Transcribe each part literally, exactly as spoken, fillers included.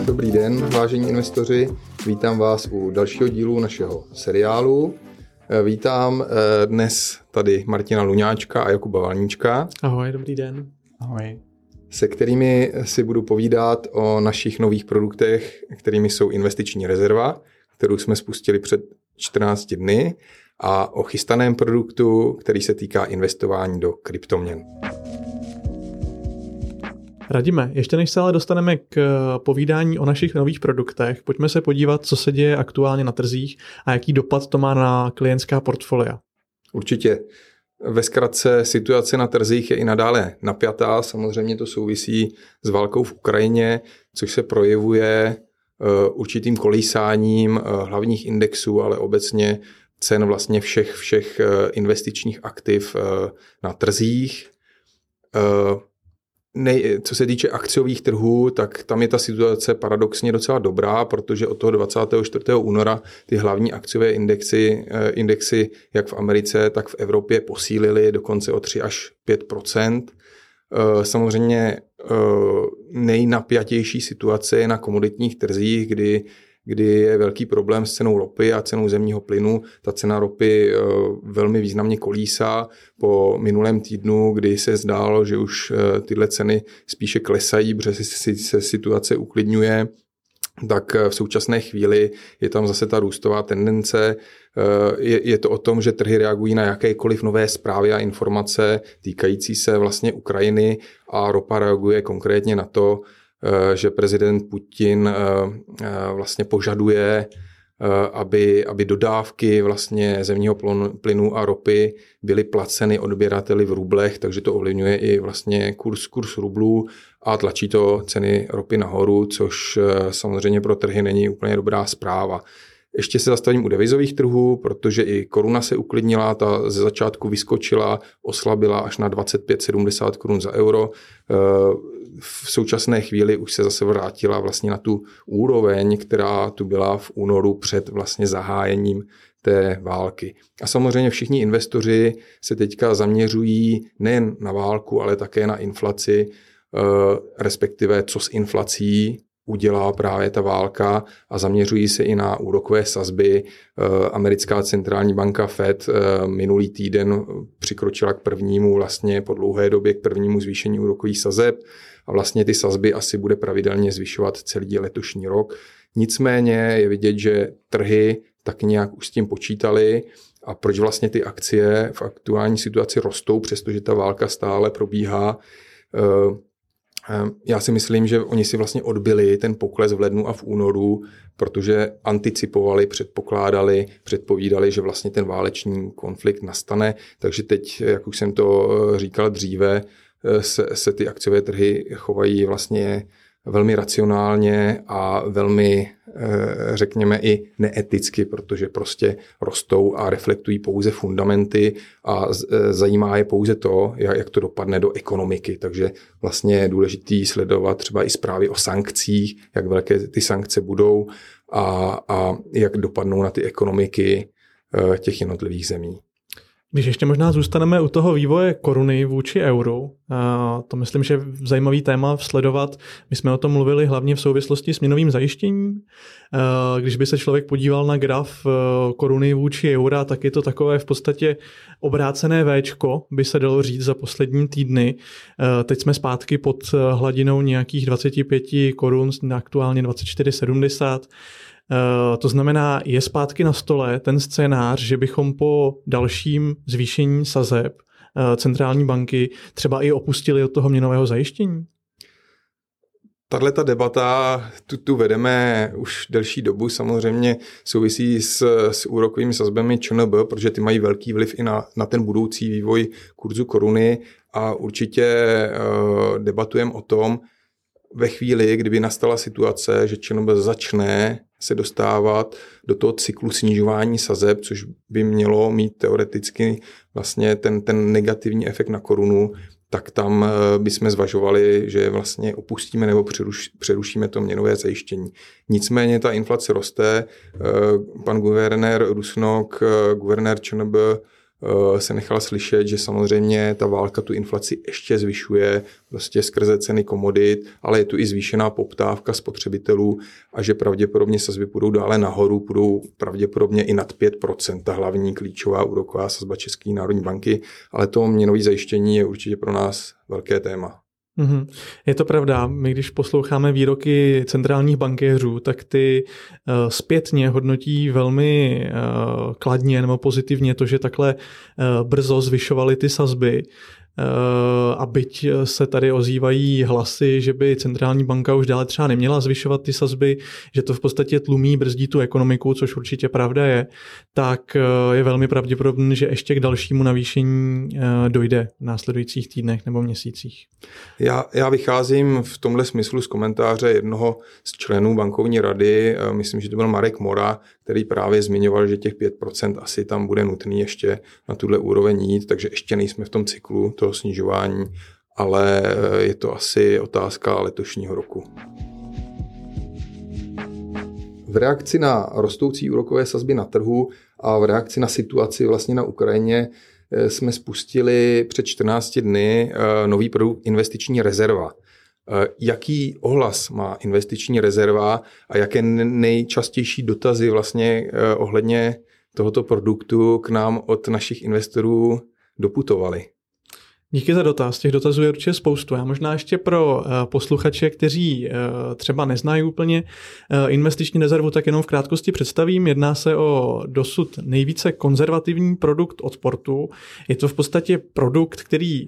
Dobrý den, vážení investoři. Vítám vás u dalšího dílu našeho seriálu. Vítám dnes tady Martina Luňáčka a Jakuba Valníčka. Ahoj, dobrý den. Ahoj. Se kterými si budu povídat o našich nových produktech, kterými jsou investiční rezerva, kterou jsme spustili před čtrnácti dny, a o chystaném produktu, který se týká investování do kryptoměn. Radíme, ještě než se ale dostaneme k povídání o našich nových produktech, pojďme se podívat, co se děje aktuálně na trzích a jaký dopad to má na klientská portfolia. Určitě. Ve zkratce, situace na trzích je i nadále napjatá. Samozřejmě to souvisí s válkou v Ukrajině, což se projevuje určitým kolísáním hlavních indexů, ale obecně cen vlastně všech, všech investičních aktiv na trzích. Nej, co se týče akciových trhů, tak tam je ta situace paradoxně docela dobrá, protože od toho dvacátého čtvrtého února ty hlavní akciové indexy, indexy jak v Americe, tak v Evropě posílily dokonce o tři až pět procent. Samozřejmě nejnapjatější situace je na komoditních trzích, kdy kdy je velký problém s cenou ropy a cenou zemního plynu. Ta cena ropy velmi významně kolísá po minulém týdnu, kdy se zdálo, že už tyhle ceny spíše klesají, protože se situace uklidňuje. Tak v současné chvíli je tam zase ta růstová tendence. Je, je to o tom, že trhy reagují na jakékoliv nové zprávy a informace týkající se vlastně Ukrajiny a ropa reaguje konkrétně na to, že prezident Putin vlastně požaduje, aby, aby dodávky vlastně zemního plynu a ropy byly placeny odběrateli v rublech, takže to ovlivňuje i vlastně kurz, kurz rublů a tlačí to ceny ropy nahoru, což samozřejmě pro trhy není úplně dobrá zpráva. Ještě se zastavím u devizových trhů, protože i koruna se uklidnila, ta ze začátku vyskočila, oslabila až na dvacet pět sedmdesát korun za euro. V současné chvíli už se zase vrátila vlastně na tu úroveň, která tu byla v únoru před vlastně zahájením té války. A samozřejmě všichni investoři se teďka zaměřují nejen na válku, ale také na inflaci, respektive co s inflací udělá právě ta válka, a zaměřují se i na úrokové sazby. Americká centrální banka Fed minulý týden přikročila k prvnímu vlastně po dlouhé době k prvnímu zvýšení úrokových sazeb a vlastně ty sazby asi bude pravidelně zvyšovat celý letošní rok. Nicméně je vidět, že trhy tak nějak už s tím počítali, a proč vlastně ty akcie v aktuální situaci rostou, přestože ta válka stále probíhá. Já si myslím, že oni si vlastně odbyli ten pokles v lednu a v únoru, protože anticipovali, předpokládali, předpovídali, že vlastně ten válečný konflikt nastane. Takže teď, jak už jsem to říkal dříve, se, se ty akciové trhy chovají vlastně velmi racionálně a velmi, řekněme, i neeticky, protože prostě rostou a reflektují pouze fundamenty a zajímá je pouze to, jak to dopadne do ekonomiky. Takže vlastně je důležitý sledovat třeba i zprávy o sankcích, jak velké ty sankce budou a, a jak dopadnou na ty ekonomiky těch jednotlivých zemí. Když ještě možná zůstaneme u toho vývoje koruny vůči euru, to myslím, že je zajímavý téma sledovat. My jsme o tom mluvili hlavně v souvislosti s měnovým zajištěním. Když by se člověk podíval na graf koruny vůči eura, tak je to takové v podstatě obrácené véčko, by se dalo říct, za poslední týdny. Teď jsme zpátky pod hladinou nějakých dvacet pět korun, aktuálně dvacet čtyři sedmdesát. Uh, to znamená, je zpátky na stole ten scénář, že bychom po dalším zvýšení sazeb uh, centrální banky třeba i opustili od toho měnového zajištění? Tahle ta debata tu, tu vedeme už delší dobu, samozřejmě souvisí s, s úrokovými sazbami ČNB, protože ty mají velký vliv i na, na ten budoucí vývoj kurzu koruny, a určitě uh, debatujeme o tom, ve chvíli, kdyby nastala situace, že ČNB začne se dostávat do toho cyklu snižování sazeb, což by mělo mít teoreticky vlastně ten, ten negativní efekt na korunu, tak tam bychom zvažovali, že vlastně opustíme nebo přeruš, přerušíme to měnové zajištění. Nicméně ta inflace roste, pan guvernér Rusnok, guvernér ČNB se nechal slyšet, že samozřejmě ta válka tu inflaci ještě zvyšuje prostě skrze ceny komodit, ale je tu i zvýšená poptávka spotřebitelů a že pravděpodobně sazby půjdou dále nahoru, půjdou pravděpodobně i nad pět procent, ta hlavní klíčová úroková sazba České národní banky, ale to měnové zajištění je určitě pro nás velké téma. Mm-hmm. Je to pravda. My když posloucháme výroky centrálních bankéřů, tak ty uh, zpětně hodnotí velmi uh, kladně nebo pozitivně to, že takhle uh, brzo zvyšovaly ty sazby. A byť se tady ozývají hlasy, že by centrální banka už dále třeba neměla zvyšovat ty sazby, že to v podstatě tlumí, brzdí tu ekonomiku, což určitě pravda je, tak je velmi pravděpodobné, že ještě k dalšímu navýšení dojde v následujících týdnech nebo měsících. Já, já vycházím v tomhle smyslu z komentáře jednoho z členů bankovní rady, myslím, že to byl Marek Mora, který právě zmiňoval, že těch pět procent asi tam bude nutný ještě na tuhle úroveň jít, takže ještě nejsme v tom cyklu toho snižování, ale je to asi otázka letošního roku. V reakci na rostoucí úrokové sazby na trhu a v reakci na situaci vlastně na Ukrajině jsme spustili před čtrnácti dny nový produkt Investiční rezerva. Jaký ohlas má investiční rezerva a jaké nejčastější dotazy vlastně ohledně tohoto produktu k nám od našich investorů doputovaly? Díky za dotaz. Těch dotazů je určitě spoustu. Já možná ještě pro posluchače, kteří třeba neznají úplně investiční rezervu, tak jenom v krátkosti představím. Jedná se o dosud nejvíce konzervativní produkt od sportu. Je to v podstatě produkt, který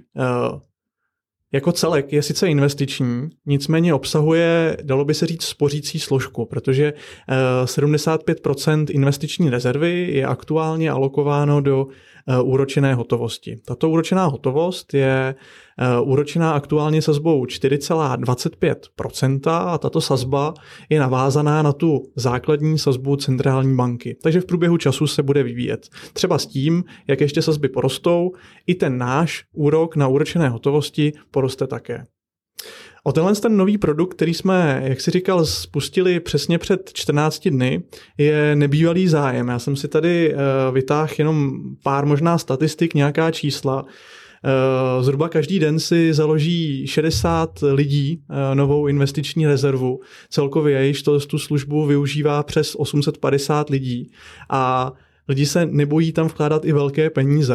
jako celek je sice investiční, nicméně obsahuje, dalo by se říct, spořící složku, protože sedmdesát pět procent investiční rezervy je aktuálně alokováno do úročené hotovosti. Tato úročená hotovost je úročená aktuálně sazbou čtyři celá dvacet pět procenta a tato sazba je navázaná na tu základní sazbu centrální banky. Takže v průběhu času se bude vyvíjet. Třeba s tím, jak ještě sazby porostou, i ten náš úrok na úročené hotovosti poroste také. O tenhle ten nový produkt, který jsme, jak si říkal, spustili přesně před čtrnácti dny, je nebývalý zájem. Já jsem si tady vytáhl jenom pár možná statistik, nějaká čísla. Zhruba každý den si založí šedesát lidí novou investiční rezervu. Celkově již to, tu službu využívá přes osm set padesát lidí a lidi se nebojí tam vkládat i velké peníze.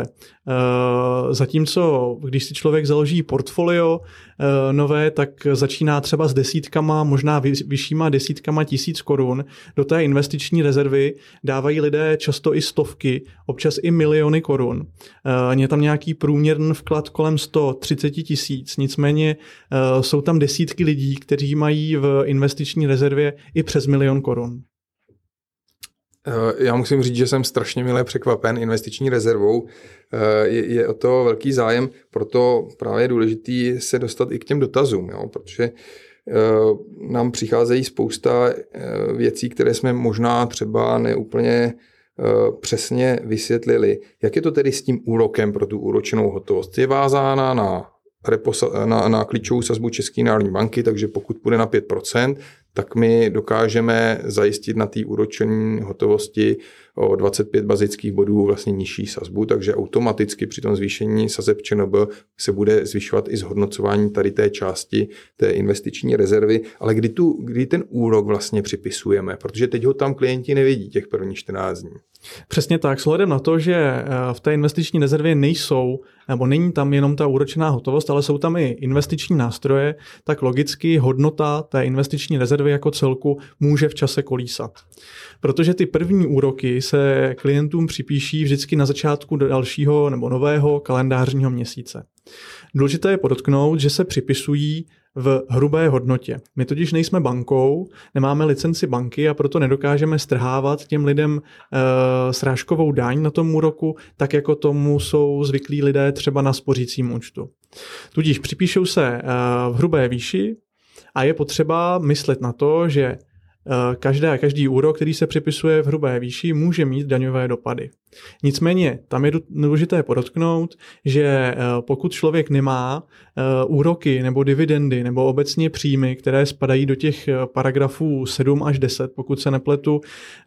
Zatímco, když si člověk založí portfolio nové, tak začíná třeba s desítkama, možná vyššíma desítkama tisíc korun. Do té investiční rezervy dávají lidé často i stovky, občas i miliony korun. Je tam nějaký průměrný vklad kolem sto třicet tisíc, nicméně jsou tam desítky lidí, kteří mají v investiční rezervě i přes milion korun. Já musím říct, že jsem strašně milé překvapen investiční rezervou. Je, je o to velký zájem, proto právě je důležitý se dostat i k těm dotazům, jo? Protože nám přicházejí spousta věcí, které jsme možná třeba neúplně přesně vysvětlili. Jak je to tedy s tím úrokem pro tu úročenou hotovost? Je vázána na, na, na klíčovou sazbu České národní banky, takže pokud půjde na pět procent, tak my dokážeme zajistit na té úročené hotovosti o dvacet pět bazických bodů vlastně nižší sazbu, takže automaticky při tom zvýšení sazeb ČNB se bude zvyšovat i zhodnocování tady té části té investiční rezervy, ale kdy, tu, kdy ten úrok vlastně připisujeme, protože teď ho tam klienti nevidí těch prvních čtrnáct dní. Přesně tak, s ohledem na to, že v té investiční rezervě nejsou, nebo není tam jenom ta úročená hotovost, ale jsou tam i investiční nástroje, tak logicky hodnota té investiční rezervy jako celku může v čase kolísat. Protože ty první úroky se klientům připíší vždycky na začátku dalšího nebo nového kalendářního měsíce. Důležité je podotknout, že se připisují v hrubé hodnotě. My totiž nejsme bankou, nemáme licenci banky a proto nedokážeme strhávat těm lidem e, srážkovou daň na tom úroku, tak jako tomu jsou zvyklí lidé třeba na spořícím účtu. Tudíž připíšou se e, v hrubé výši a je potřeba myslet na to, že každá, každý úrok, který se připisuje v hrubé výši, může mít daňové dopady. Nicméně tam je důležité podotknout, že pokud člověk nemá úroky nebo dividendy nebo obecně příjmy, které spadají do těch paragrafů sedm až deset, pokud se nepletu,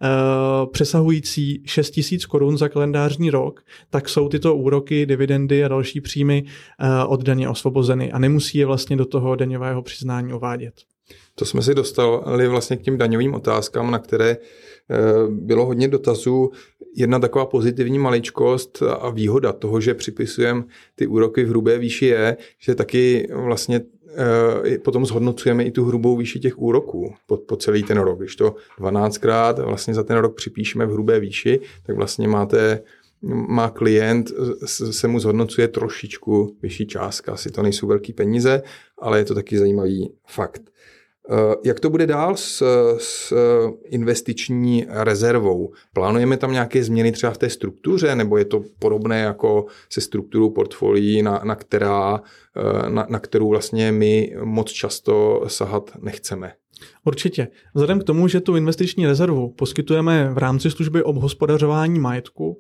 přesahující šest tisíc korun za kalendářní rok, tak jsou tyto úroky, dividendy a další příjmy od daně osvobozeny a nemusí je vlastně do toho daňového přiznání uvádět. To jsme si dostali vlastně k těm daňovým otázkám, na které bylo hodně dotazů. Jedna taková pozitivní maličkost a výhoda toho, že připisujeme ty úroky v hrubé výši je, že taky vlastně potom zhodnocujeme i tu hrubou výši těch úroků po, po celý ten rok. Když to dvanáctkrát vlastně za ten rok připíšeme v hrubé výši, tak vlastně máte má klient, se mu zhodnocuje trošičku vyšší částka. Asi to nejsou velký peníze, ale je to taky zajímavý fakt. Jak to bude dál s, s investiční rezervou? Plánujeme tam nějaké změny třeba v té struktuře, nebo je to podobné jako se strukturou portfolií, na, na, která, na, na kterou vlastně my moc často sahat nechceme? Určitě. Vzhledem k tomu, že tu investiční rezervu poskytujeme v rámci služby obhospodařování majetku,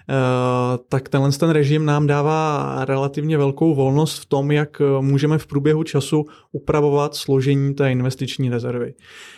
tak tenhle ten režim nám dává relativně velkou volnost v tom, jak můžeme v průběhu času upravovat složení té investiční rezervy.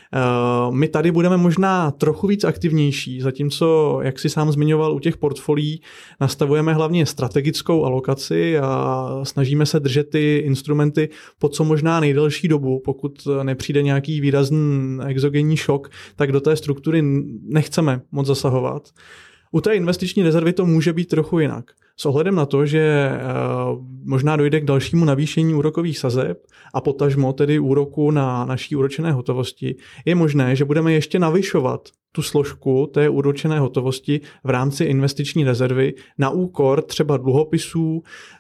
My tady budeme možná trochu víc aktivnější, zatímco, jak si sám zmiňoval, u těch portfolií nastavujeme hlavně strategickou alokaci a snažíme se držet ty instrumenty po co možná nejdelší dobu. Pokud nepřijde nějaký výrazný exogenní šok, tak do té struktury nechceme moc zasahovat. U té investiční rezervy to může být trochu jinak. S ohledem na to, že možná dojde k dalšímu navýšení úrokových sazeb a potažmo tedy úroku na naší úročené hotovosti, je možné, že budeme ještě navyšovat tu složku té úročené hotovosti v rámci investiční rezervy na úkor třeba dluhopisů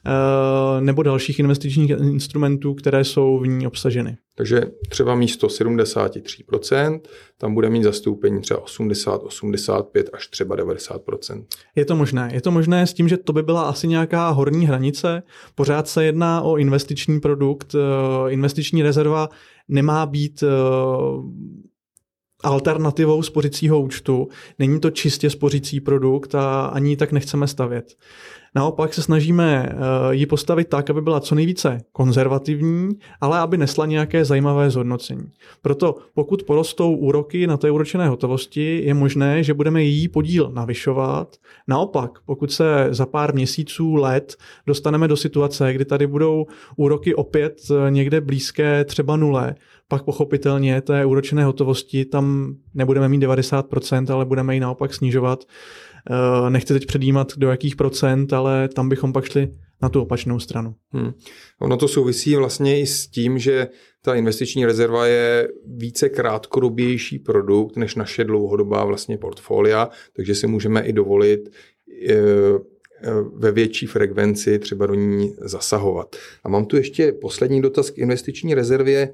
nebo dalších investičních instrumentů, které jsou v ní obsaženy. Takže třeba místo sedmdesát tři procent tam bude mít zastoupení třeba osmdesát, osmdesát pět až třeba devadesát procent. Je to možné. Je to možné s tím, že to by byla asi nějaká horní hranice. Pořád se jedná o investiční produkt. Investiční rezerva nemá být alternativou spořicího účtu. Není to čistě spořící produkt a ani ji tak nechceme stavět. Naopak se snažíme ji postavit tak, aby byla co nejvíce konzervativní, ale aby nesla nějaké zajímavé zhodnocení. Proto pokud porostou úroky na té úročené hotovosti, je možné, že budeme její podíl navyšovat. Naopak, pokud se za pár měsíců, let dostaneme do situace, kdy tady budou úroky opět někde blízké třeba nule, pak pochopitelně té úročené hotovosti tam nebudeme mít devadesát procent, ale budeme ji naopak snižovat. Nechci teď předjímat do jakých procent, ale tam bychom pak šli na tu opačnou stranu. Hmm. Ono to souvisí vlastně i s tím, že ta investiční rezerva je více krátkodobější produkt než naše dlouhodobá vlastně portfolia, takže si můžeme i dovolit ve větší frekvenci třeba do ní zasahovat. A mám tu ještě poslední dotaz k investiční rezervě.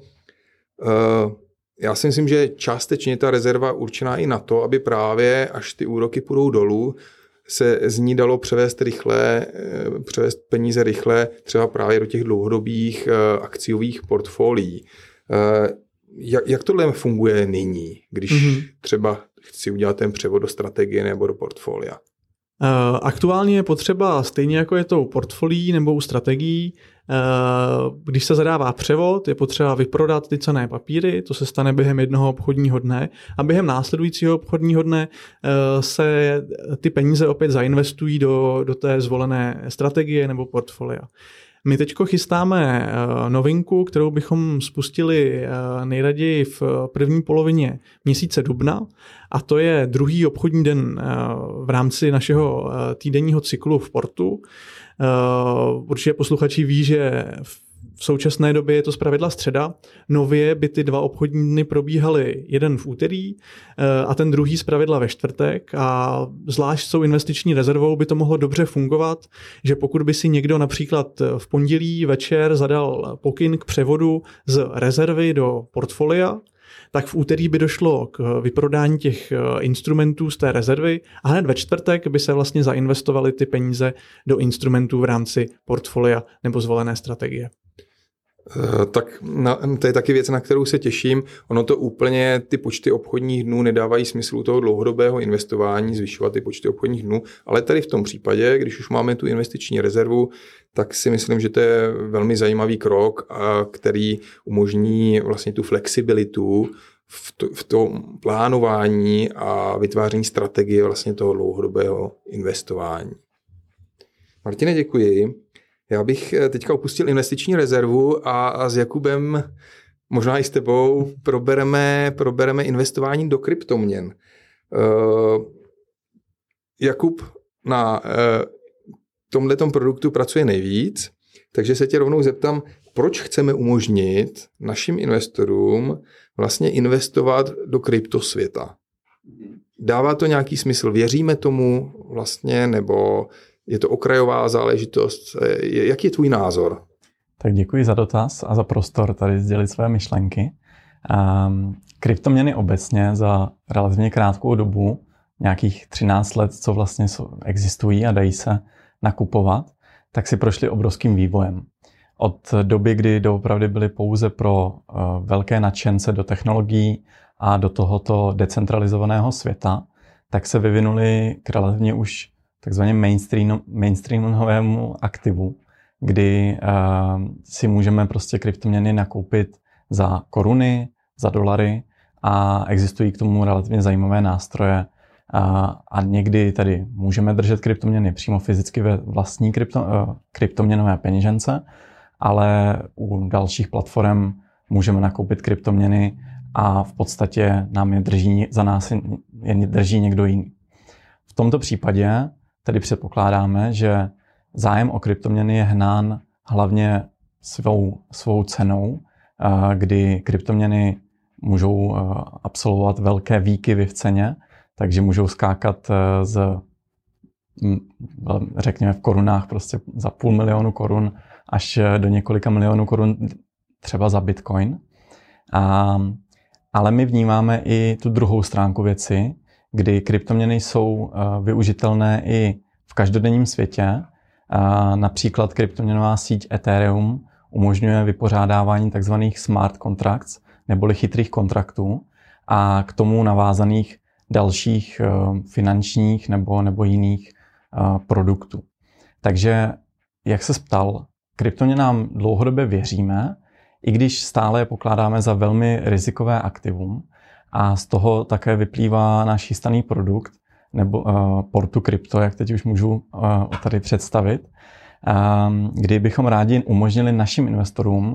Já si myslím, že částečně ta rezerva určená i na to, aby právě až ty úroky půjdou dolů, se z ní dalo převést rychle, převést peníze rychle třeba právě do těch dlouhodobých akciových portfolií. Jak, jak tohle funguje nyní, když mm-hmm. třeba chci udělat ten převod do strategie nebo do portfolia? Aktuálně je potřeba, stejně jako je to u portfolií nebo u strategií, když se zadává převod, je potřeba vyprodat ty cenné papíry, to se stane během jednoho obchodního dne a během následujícího obchodního dne se ty peníze opět zainvestují do, do té zvolené strategie nebo portfolia. My teďko chystáme novinku, kterou bychom spustili nejraději v první polovině měsíce dubna, a to je druhý obchodní den v rámci našeho týdenního cyklu v portu. Určitě posluchači ví, že v současné době je to zpravidla středa. Nově by ty dva obchodní dny probíhaly jeden v úterý a ten druhý zpravidla ve čtvrtek, a zvlášť s tou investiční rezervou by to mohlo dobře fungovat, že pokud by si někdo například v pondělí večer zadal pokyn k převodu z rezervy do portfolia, tak v úterý by došlo k vyprodání těch instrumentů z té rezervy a hned ve čtvrtek by se vlastně zainvestovaly ty peníze do instrumentů v rámci portfolia nebo zvolené strategie. Tak na, to je taky věc, na kterou se těším. Ono to úplně, ty počty obchodních dnů nedávají smysl u toho dlouhodobého investování, zvyšovat ty počty obchodních dnů, ale tady v tom případě, když už máme tu investiční rezervu, tak si myslím, že to je velmi zajímavý krok, a který umožní vlastně tu flexibilitu v, to, v tom plánování a vytváření strategie vlastně toho dlouhodobého investování. Martine, děkuji. Já bych teďka opustil investiční rezervu a, a s Jakubem, možná i s tebou, probereme, probereme investování do kryptoměn. Uh, Jakub na uh, tomhletom produktu pracuje nejvíc, takže se tě rovnou zeptám, proč chceme umožnit našim investorům vlastně investovat do kryptosvěta. Dává to nějaký smysl? Věříme tomu vlastně, nebo je to okrajová záležitost? Jaký je tvůj názor? Tak děkuji za dotaz a za prostor tady sdělit své myšlenky. Um, kryptoměny obecně za relativně krátkou dobu, nějakých třináct let, co vlastně existují a dají se nakupovat, tak si prošly obrovským vývojem. Od doby, kdy doopravdy byly pouze pro uh, velké nadšence do technologií a do tohoto decentralizovaného světa, tak se vyvinuly k relativně už takzvaně mainstream, mainstreamovému aktivu, kdy uh, si můžeme prostě kryptoměny nakoupit za koruny, za dolary a existují k tomu relativně zajímavé nástroje. Uh, a někdy tady můžeme držet kryptoměny přímo fyzicky ve vlastní krypto, uh, kryptoměnové peněžence, ale u dalších platform můžeme nakoupit kryptoměny a v podstatě nám je drží, za nás je drží někdo jiný. V tomto případě tedy předpokládáme, že zájem o kryptoměny je hnán hlavně svou, svou cenou, kdy kryptoměny můžou absolvovat velké výkyvy v ceně, takže můžou skákat z, řekněme v korunách, prostě za půl milionu korun až do několika milionů korun třeba za Bitcoin. A, ale my vnímáme i tu druhou stránku věci, kdy kryptoměny jsou využitelné i v každodenním světě. Například kryptoměnová síť Ethereum umožňuje vypořádávání tzv. Smart contracts, neboli chytrých kontraktů a k tomu navázaných dalších finančních nebo, nebo jiných produktů. Takže, jak se ptal, kryptoměnám dlouhodobě věříme, i když stále je pokládáme za velmi rizikové aktivum, a z toho také vyplývá náš chystaný produkt, nebo uh, Portu Crypto, jak teď už můžu uh, tady představit, um, kdy bychom rádi umožnili našim investorům uh,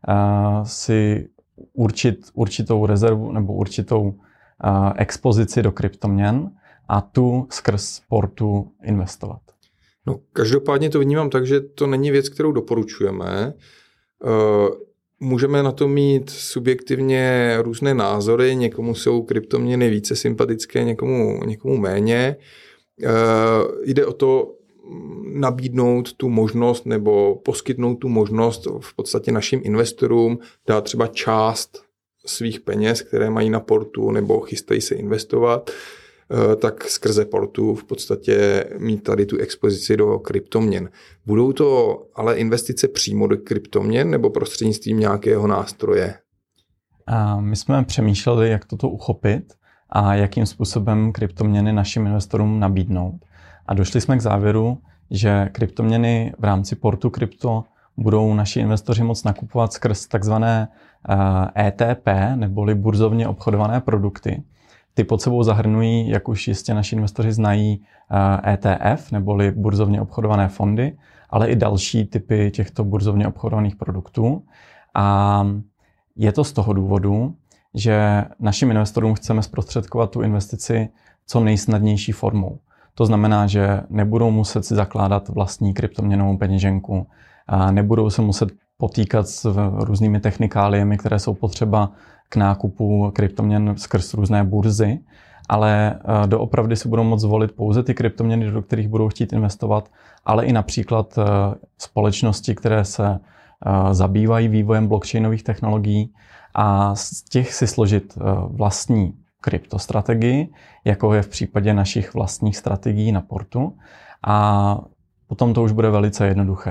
si určit určitou rezervu nebo určitou uh, expozici do kryptoměn a tu skrz Portu investovat. No, každopádně to vnímám tak, že to není věc, kterou doporučujeme. Uh, Můžeme na to mít subjektivně různé názory, někomu jsou kryptoměny více sympatické, někomu, někomu méně. E, jde o to nabídnout tu možnost nebo poskytnout tu možnost v podstatě našim investorům dát třeba část svých peněz, které mají na Portu nebo chystají se investovat, tak skrze Portu v podstatě mít tady tu expozici do kryptoměn. Budou to ale investice přímo do kryptoměn nebo prostřednictvím nějakého nástroje? A my jsme přemýšleli, jak toto uchopit a jakým způsobem kryptoměny našim investorům nabídnout. A došli jsme k závěru, že kryptoměny v rámci Portu Crypto budou naši investoři moct nakupovat skrz takzvané E T P, neboli burzovně obchodované produkty. Ty pod sebou zahrnují, jak už jistě naši investoři znají, E T F, neboli burzovně obchodované fondy, ale i další typy těchto burzovně obchodovaných produktů. A je to z toho důvodu, že našim investorům chceme zprostředkovat tu investici co nejsnadnější formou. To znamená, že nebudou muset si zakládat vlastní kryptoměnovou peněženku, nebudou se muset potýkat s různými technikáliemi, které jsou potřeba k nákupu kryptoměn skrz různé burzy, ale doopravdy si budou moct zvolit pouze ty kryptoměny, do kterých budou chtít investovat, ale i například společnosti, které se zabývají vývojem blockchainových technologií a z těch si složit vlastní kryptostrategii, jako je v případě našich vlastních strategií na Portu. A potom to už bude velice jednoduché.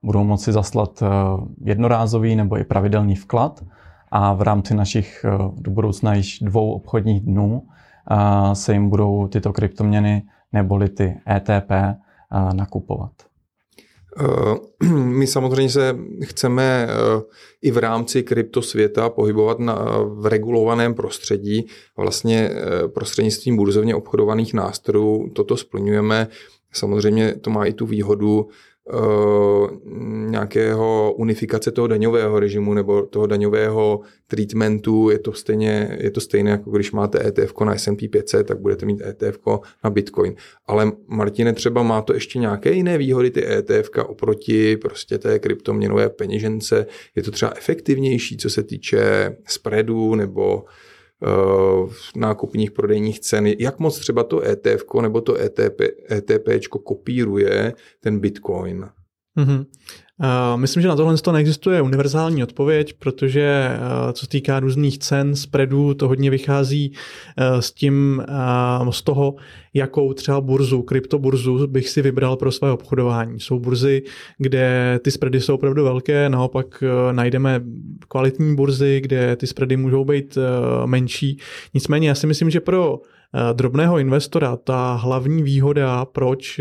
budou moci zaslat jednorázový nebo i pravidelný vklad a v rámci našich do budoucna již dvou obchodních dnů se jim budou tyto kryptoměny neboli ty E T P nakupovat. My samozřejmě se chceme i v rámci kryptosvěta pohybovat na, v regulovaném prostředí. Vlastně prostřednictvím burzovně obchodovaných nástrojů toto splňujeme. Samozřejmě to má i tu výhodu uh, nějakého unifikace toho daňového režimu nebo toho daňového treatmentu. Je to stejně, je to stejné, jako když máte E T F na S and P pět set, tak budete mít E T F na Bitcoin. Ale Martine, třeba má to ještě nějaké jiné výhody, ty E T F oproti prostě té kryptoměnové peněžence? Je to třeba efektivnější, co se týče spreadu nebo uh, nákupních prodejních cen? Jak moc třeba to E T F nebo to E T P, E T P kopíruje ten Bitcoin? Mm-hmm. Uh, myslím, že na tohle to neexistuje univerzální odpověď, protože uh, co se týká různých cen, spreadů, to hodně vychází uh, s tím, uh, z toho, jakou třeba burzu, kryptoburzu bych si vybral pro své obchodování. Jsou burzy, kde ty spready jsou opravdu velké, naopak uh, najdeme kvalitní burzy, kde ty spready můžou být uh, menší. Nicméně já si myslím, že pro drobného investora ta hlavní výhoda, proč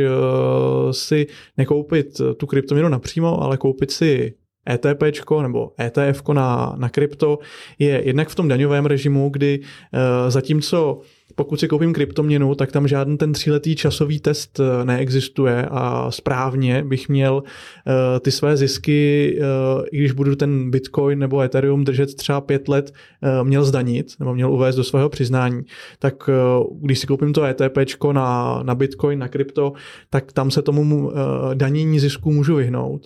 si nekoupit tu kryptoměnu napřímo, ale koupit si ETPčko nebo E T F na, na krypto, je jednak v tom daňovém režimu, kdy zatímco pokud si koupím kryptoměnu, tak tam žádný ten tříletý časový test neexistuje a správně bych měl uh, ty své zisky, uh, i když budu ten Bitcoin nebo Ethereum držet třeba pět let, uh, měl zdanit nebo měl uvést do svého přiznání. Tak uh, když si koupím to ETPčko na, na Bitcoin, na krypto, tak tam se tomu uh, danění zisku můžu vyhnout.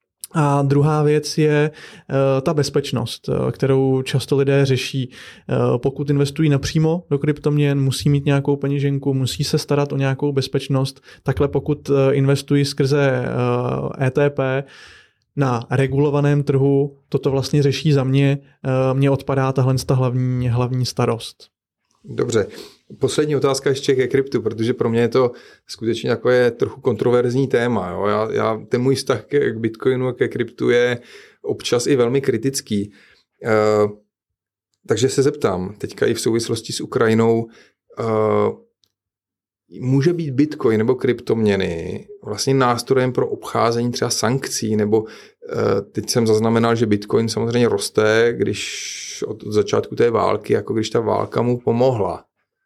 A druhá věc je uh, ta bezpečnost, uh, kterou často lidé řeší. Uh, pokud investují napřímo do kryptoměn, musí mít nějakou peněženku, musí se starat o nějakou bezpečnost. Takhle pokud uh, investují skrze uh, E T P na regulovaném trhu, toto vlastně řeší za mě. Uh, mně odpadá tahle ta hlavní, hlavní starost. Dobře. Poslední otázka ještě ke kryptu, protože pro mě je to skutečně takové trochu kontroverzní téma. Jo? Já, já, ten můj vztah k Bitcoinu a ke kryptu je občas i velmi kritický. E, takže se zeptám, teďka i v souvislosti s Ukrajinou, e, může být Bitcoin nebo kryptoměny vlastně nástrojem pro obcházení třeba sankcí, nebo e, teď jsem zaznamenal, že Bitcoin samozřejmě roste, když od začátku té války, jako když ta válka mu pomohla.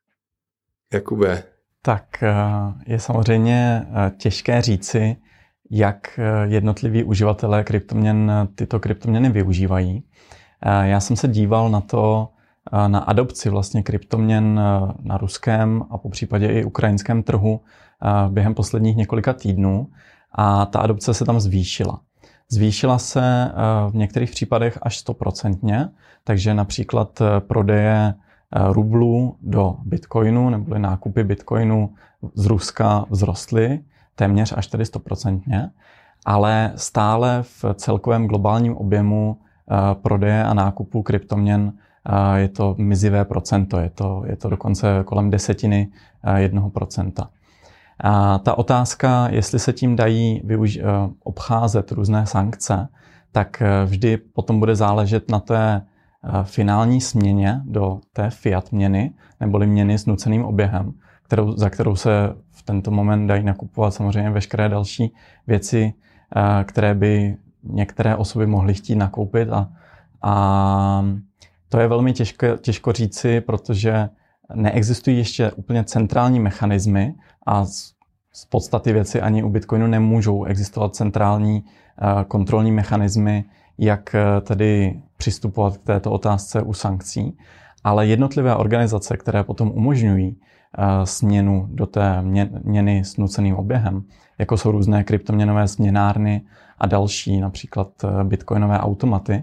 Jakube? Tak je samozřejmě těžké říci, jak jednotliví uživatelé kryptoměn tyto kryptoměny využívají. Já jsem se díval na to, na adopci vlastně kryptoměn na ruském a popřípadě i ukrajinském trhu během posledních několika týdnů a ta adopce se tam zvýšila. Zvýšila se v některých případech až stoprocentně, takže například prodeje rublů do Bitcoinu nebo nákupy Bitcoinu z Ruska vzrostly téměř až tedy stoprocentně, ale stále v celkovém globálním objemu prodeje a nákupu kryptoměn je to mizivé procento, je to, je to dokonce kolem desetiny jednoho procenta. A ta otázka, jestli se tím dají využ- obcházet různé sankce, tak vždy potom bude záležet na té finální směně do té fiat měny, neboli měny s nuceným oběhem, kterou, za kterou se v tento moment dají nakupovat samozřejmě veškeré další věci, které by některé osoby mohly chtít nakoupit. A, a to je velmi těžko, těžko říci, protože neexistují ještě úplně centrální mechanismy a z, z podstaty věci ani u Bitcoinu nemůžou existovat centrální kontrolní mechanismy, jak tedy přistupovat k této otázce u sankcí, ale jednotlivé organizace, které potom umožňují směnu do té měny s nuceným oběhem, jako jsou různé kryptoměnové směnárny a další, například bitcoinové automaty,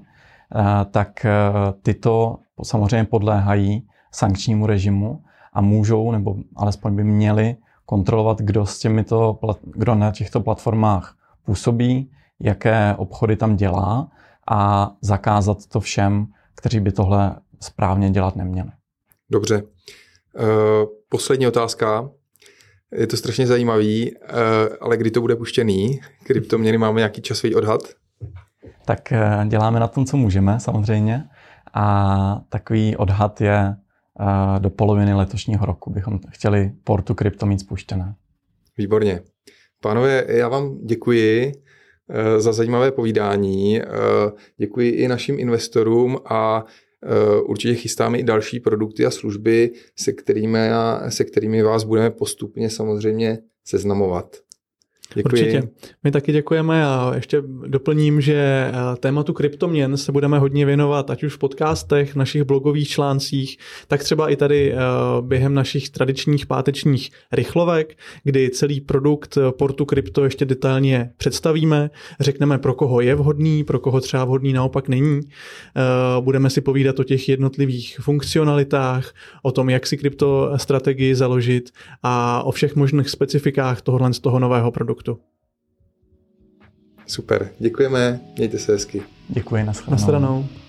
tak tyto samozřejmě podléhají sankčnímu režimu a můžou, nebo alespoň by měli kontrolovat, kdo, s těmito, kdo na těchto platformách působí, jaké obchody tam dělá a zakázat to všem, kteří by tohle správně dělat neměli. Dobře. Poslední otázka. Je to strašně zajímavý, ale kdy to bude puštěný? Kryptoměny, máme nějaký časový odhad? Tak děláme na tom, co můžeme samozřejmě. A takový odhad je do poloviny letošního roku. Bychom chtěli portu krypto mít spuštěné. Výborně. Pánové, já vám děkuji za zajímavé povídání. Děkuji i našim investorům a určitě chystáme i další produkty a služby, se kterými, se kterými vás budeme postupně samozřejmě seznamovat. Děkuji. Určitě. My taky děkujeme a ještě doplním, že tématu kryptoměn se budeme hodně věnovat, ať už v podcastech, v našich blogových článcích, tak třeba i tady během našich tradičních pátečních rychlovek, kdy celý produkt portu krypto ještě detailně představíme, řekneme, pro koho je vhodný, pro koho třeba vhodný naopak není. Budeme si povídat o těch jednotlivých funkcionalitách, o tom, jak si kryptostrategii založit a o všech možných specifikách tohohle z toho nového produktu. Super, děkujeme, mějte se hezky. Děkuji, nashledanou. Nashledanou.